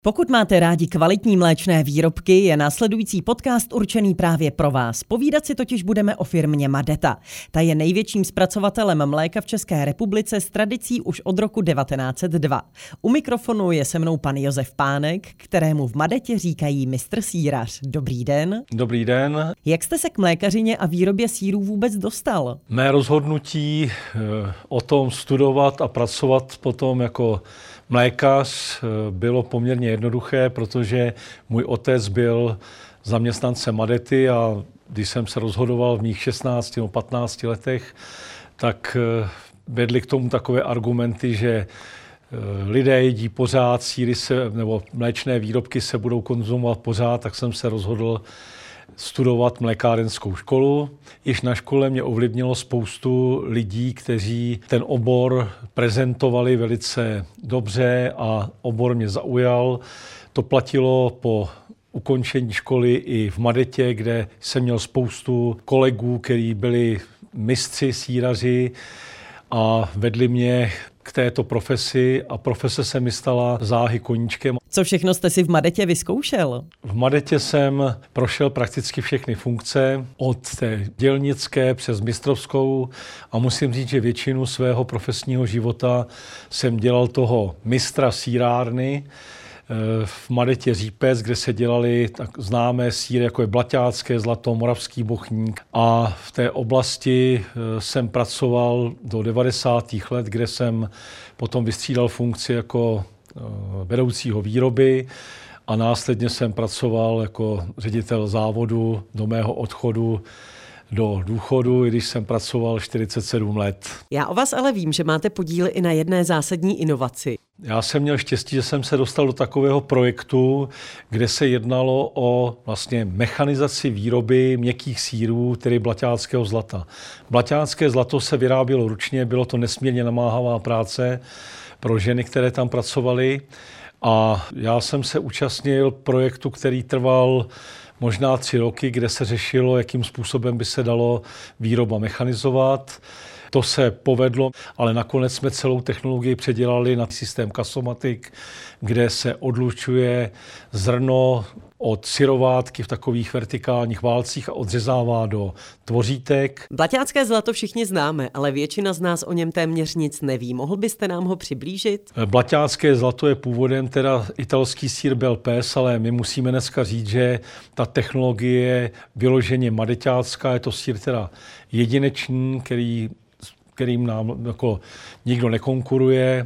Pokud máte rádi kvalitní mléčné výrobky, je následující podcast určený právě pro vás. Povídat si totiž budeme o firmě Madeta. Ta je největším zpracovatelem mléka v České republice s tradicí už od roku 1902. U mikrofonu je se mnou pan Josef Pánek, kterému v Madetě říkají mistr sýrař. Dobrý den. Dobrý den. Jak jste se k mlékařině a výrobě sýrů vůbec dostal? Mé rozhodnutí o tom studovat a pracovat potom jako mlékař bylo poměrně jednoduché, protože můj otec byl zaměstnancem Madety a když jsem se rozhodoval v mých 16 nebo 15 letech, tak vedli k tomu takové argumenty, že lidé jedí pořád, sýry nebo mléčné výrobky se budou konzumovat pořád, tak jsem se rozhodl studovat mlékárenskou školu. Již na škole mě ovlivnilo spoustu lidí, kteří ten obor prezentovali velice dobře a obor mě zaujal. To platilo po ukončení školy i v Madetě, kde jsem měl spoustu kolegů, kteří byli mistři sýraři a vedli mě k této profesi a profese se mi stala záhy koníčkem. Co všechno jste si v Madetě vyzkoušel? V Madetě jsem prošel prakticky všechny funkce, od té dělnické přes mistrovskou a musím říct, že většinu svého profesního života jsem dělal toho mistra sýrárny v Madetě Řípec, kde se dělali tak známé sýry, jako je Blaťácké zlato, Moravský bochník. A v té oblasti jsem pracoval do 90. let, kde jsem potom vystřídal funkci jako vedoucího výroby a následně jsem pracoval jako ředitel závodu do mého odchodu do důchodu, i když jsem pracoval 47 let. Já o vás ale vím, že máte podíl i na jedné zásadní inovaci. Já jsem měl štěstí, že jsem se dostal do takového projektu, kde se jednalo o vlastně mechanizaci výroby měkkých sýrů, tedy blaťáckého zlata. Blaťácké zlato se vyrábělo ručně, bylo to nesmírně namáhavá práce pro ženy, které tam pracovaly. A já jsem se účastnil projektu, který trval možná 3 roky, kde se řešilo, jakým způsobem by se dalo výroba mechanizovat. To se povedlo, ale nakonec jsme celou technologii předělali na systém Kasomatic, kde se odlučuje zrno od syrovátky v takových vertikálních válcích a odřezává do tvořítek. Blaťácké zlato všichni známe, ale většina z nás o něm téměř nic neví. Mohl byste nám ho přiblížit? Blaťácké zlato je původem teda italský sýr Bel Paese, ale my musíme dneska říct, že ta technologie je vyloženě madeťácká, je to sýr teda jedinečný, kterým nám jako nikdo nekonkuruje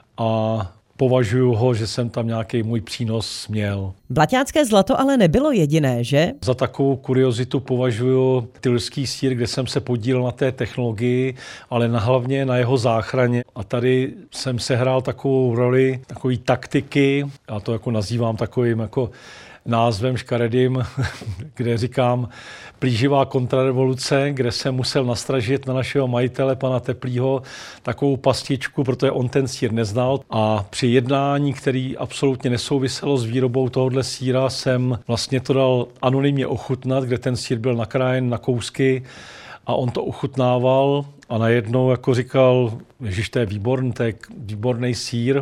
a považuji ho, že jsem tam nějaký můj přínos měl. Blaťácké zlato ale nebylo jediné, že? Za takovou kuriozitu považuji tylský sýr, kde jsem se podílel na té technologii, ale hlavně na jeho záchraně. A tady jsem sehrál takovou roli, takový taktiky, já to jako nazývám takovým jako názvem škaredým, kde říkám plíživá kontrarevoluce, kde jsem musel nastražit na našeho majitele, pana Teplýho, takovou pastičku, protože on ten sýr neznal. A při jednání, který absolutně nesouviselo s výrobou tohohle sýra, jsem vlastně to dal anonymně ochutnat, kde ten sýr byl nakrájen na kousky a on to ochutnával a najednou jako říkal, ježiš, to je výborný sýr.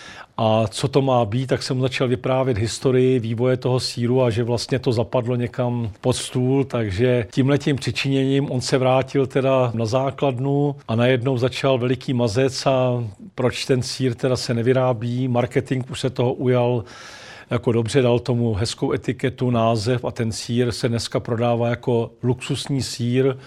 A co to má být, tak jsem začal vyprávět historii vývoje toho sýru a že vlastně to zapadlo někam pod stůl, takže tímhletím přičiněním on se vrátil teda na základnu a najednou začal veliký mazec a proč ten sýr teda se nevyrábí, marketing už se toho ujal jako dobře, dal tomu hezkou etiketu, název a ten sýr se dneska prodává jako luxusní sýr,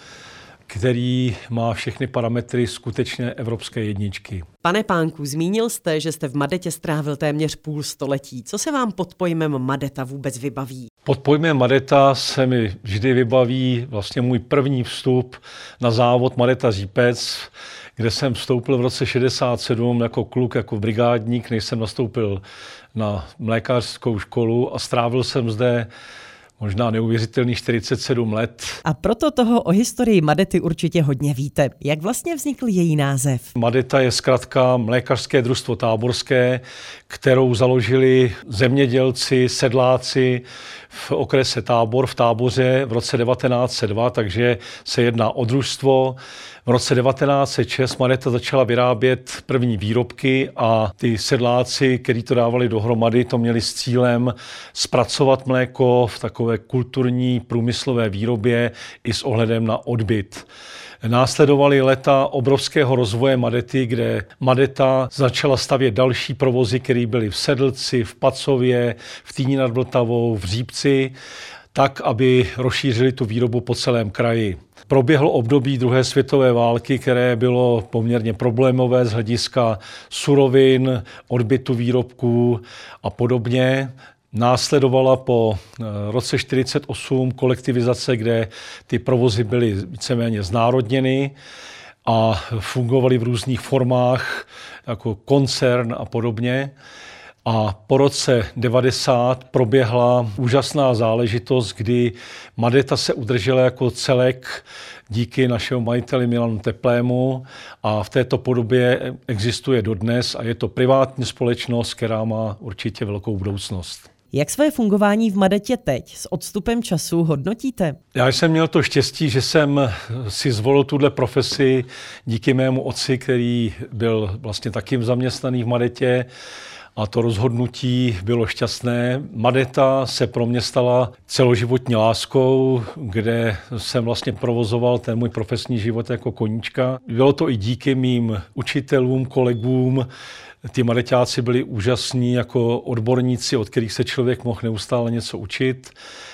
který má všechny parametry skutečné evropské jedničky. Pane Pánku, zmínil jste, že jste v Madetě strávil téměř půl století. Co se vám pod pojmem Madeta vůbec vybaví? Pod pojmem Madeta se mi vždy vybaví vlastně můj první vstup na závod Madeta Řípec, kde jsem vstoupil v roce 67 jako kluk, jako brigádník, než jsem nastoupil na mlékařskou školu a strávil jsem zde možná neuvěřitelných 47 let. A proto toho o historii Madety určitě hodně víte. Jak vlastně vznikl její název? Madeta je zkratka Mlékařské družstvo táborské, kterou založili zemědělci, sedláci v okrese Tábor, v Táboře v roce 1902, takže se jedná o družstvo. V roce 1906 Madeta začala vyrábět první výrobky a ty sedláci, kteří to dávali dohromady, to měli s cílem zpracovat mléko v takové kulturní průmyslové výrobě i s ohledem na odbyt. Následovaly léta obrovského rozvoje Madety, kde Madeta začala stavět další provozy, které byly v Sedlci, v Pacově, v Týni nad Vltavou, v Řípci, tak, aby rozšířili tu výrobu po celém kraji. Proběhlo období druhé světové války, které bylo poměrně problémové z hlediska surovin, odbytu výrobků a podobně. Následovala po roce 1948 kolektivizace, kde ty provozy byly víceméně znárodněny a fungovaly v různých formách jako koncern a podobně. A po roce 90 proběhla úžasná záležitost, kdy Madeta se udržela jako celek díky našemu majiteli Milanu Teplému a v této podobě existuje dodnes a je to privátní společnost, která má určitě velkou budoucnost. Jak své fungování v Madetě teď s odstupem času hodnotíte? Já jsem měl to štěstí, že jsem si zvolil tuhle profesi díky mému otci, který byl vlastně taky zaměstnaný v Madetě. A to rozhodnutí bylo šťastné. Madeta se pro mě stala celoživotní láskou, kde jsem vlastně provozoval ten můj profesní život jako koníčka. Bylo to i díky mým učitelům, kolegům. Ty madeťáci byli úžasní jako odborníci, od kterých se člověk mohl neustále něco učit.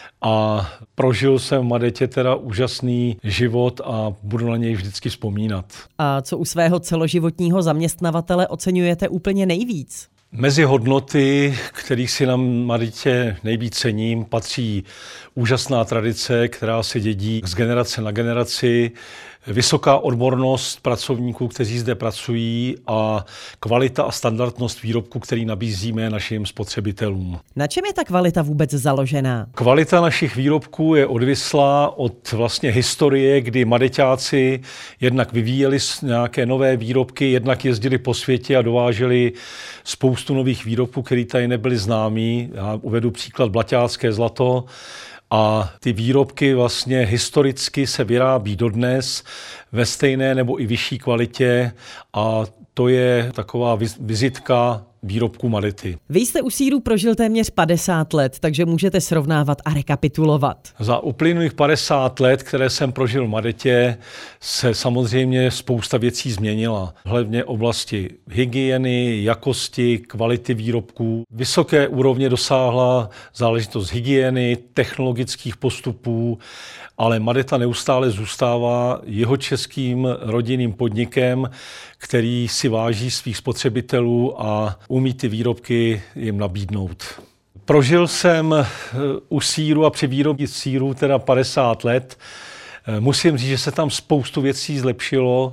A prožil jsem v Madetě teda úžasný život a budu na něj vždycky vzpomínat. A co u svého celoživotního zaměstnavatele oceňujete úplně nejvíc? Mezi hodnoty, kterých si na Madetě nejvíc cením, patří úžasná tradice, která se dědí z generace na generaci, vysoká odbornost pracovníků, kteří zde pracují a kvalita a standardnost výrobku, který nabízíme našim spotřebitelům. Na čem je ta kvalita vůbec založená? Kvalita našich výrobků je odvislá od vlastně historie, kdy Madeťáci jednak vyvíjeli nějaké nové výrobky, jednak jezdili po světě a dováželi spoustu nových výrobků, které tady nebyly známý. Já uvedu příklad blaťácké zlato. A ty výrobky vlastně historicky se vyrábí dodnes ve stejné nebo i vyšší kvalitě a to je taková vizitka výrobku Madety. Vy jste u sýrů prožil téměř 50 let, takže můžete srovnávat a rekapitulovat. Za uplynulých 50 let, které jsem prožil v Madetě, se samozřejmě spousta věcí změnila. Hlavně oblasti hygieny, jakosti, kvality výrobků. Vysoké úrovně dosáhla záležitost hygieny, technologických postupů, ale Madeta neustále zůstává jihočeským rodinným podnikem, který si váží svých spotřebitelů a umí ty výrobky jim nabídnout. Prožil jsem u sýru a při výrobě sýru teda 50 let. Musím říct, že se tam spoustu věcí zlepšilo,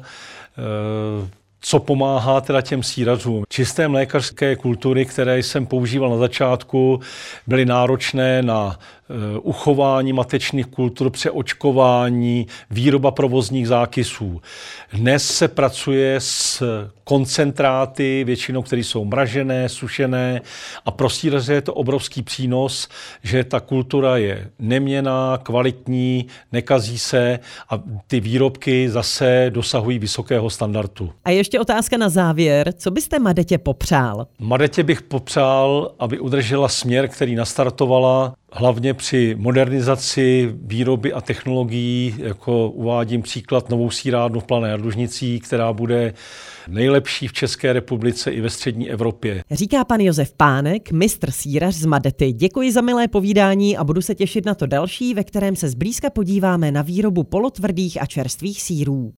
co pomáhá teda těm sýrařům. Čisté mlékařské kultury, které jsem používal na začátku, byly náročné na uchování matečných kultur, přeočkování, výroba provozních zákysů. Dnes se pracuje s koncentráty, většinou, které jsou mražené, sušené a pro sýraře je to obrovský přínos, že ta kultura je neměnná, kvalitní, nekazí se a ty výrobky zase dosahují vysokého standardu. A ještě otázka na závěr. Co byste Madetě popřál? Madetě bych popřál, aby udržela směr, který nastartovala, hlavně při modernizaci výroby a technologií, jako uvádím příklad novou sýrárnu v Plané nad Lužnicí, která bude nejlepší v České republice i ve střední Evropě. Říká pan Josef Pánek, mistr sýrař z Madety. Děkuji za milé povídání a budu se těšit na to další, ve kterém se zblízka podíváme na výrobu polotvrdých a čerstvých sýrů.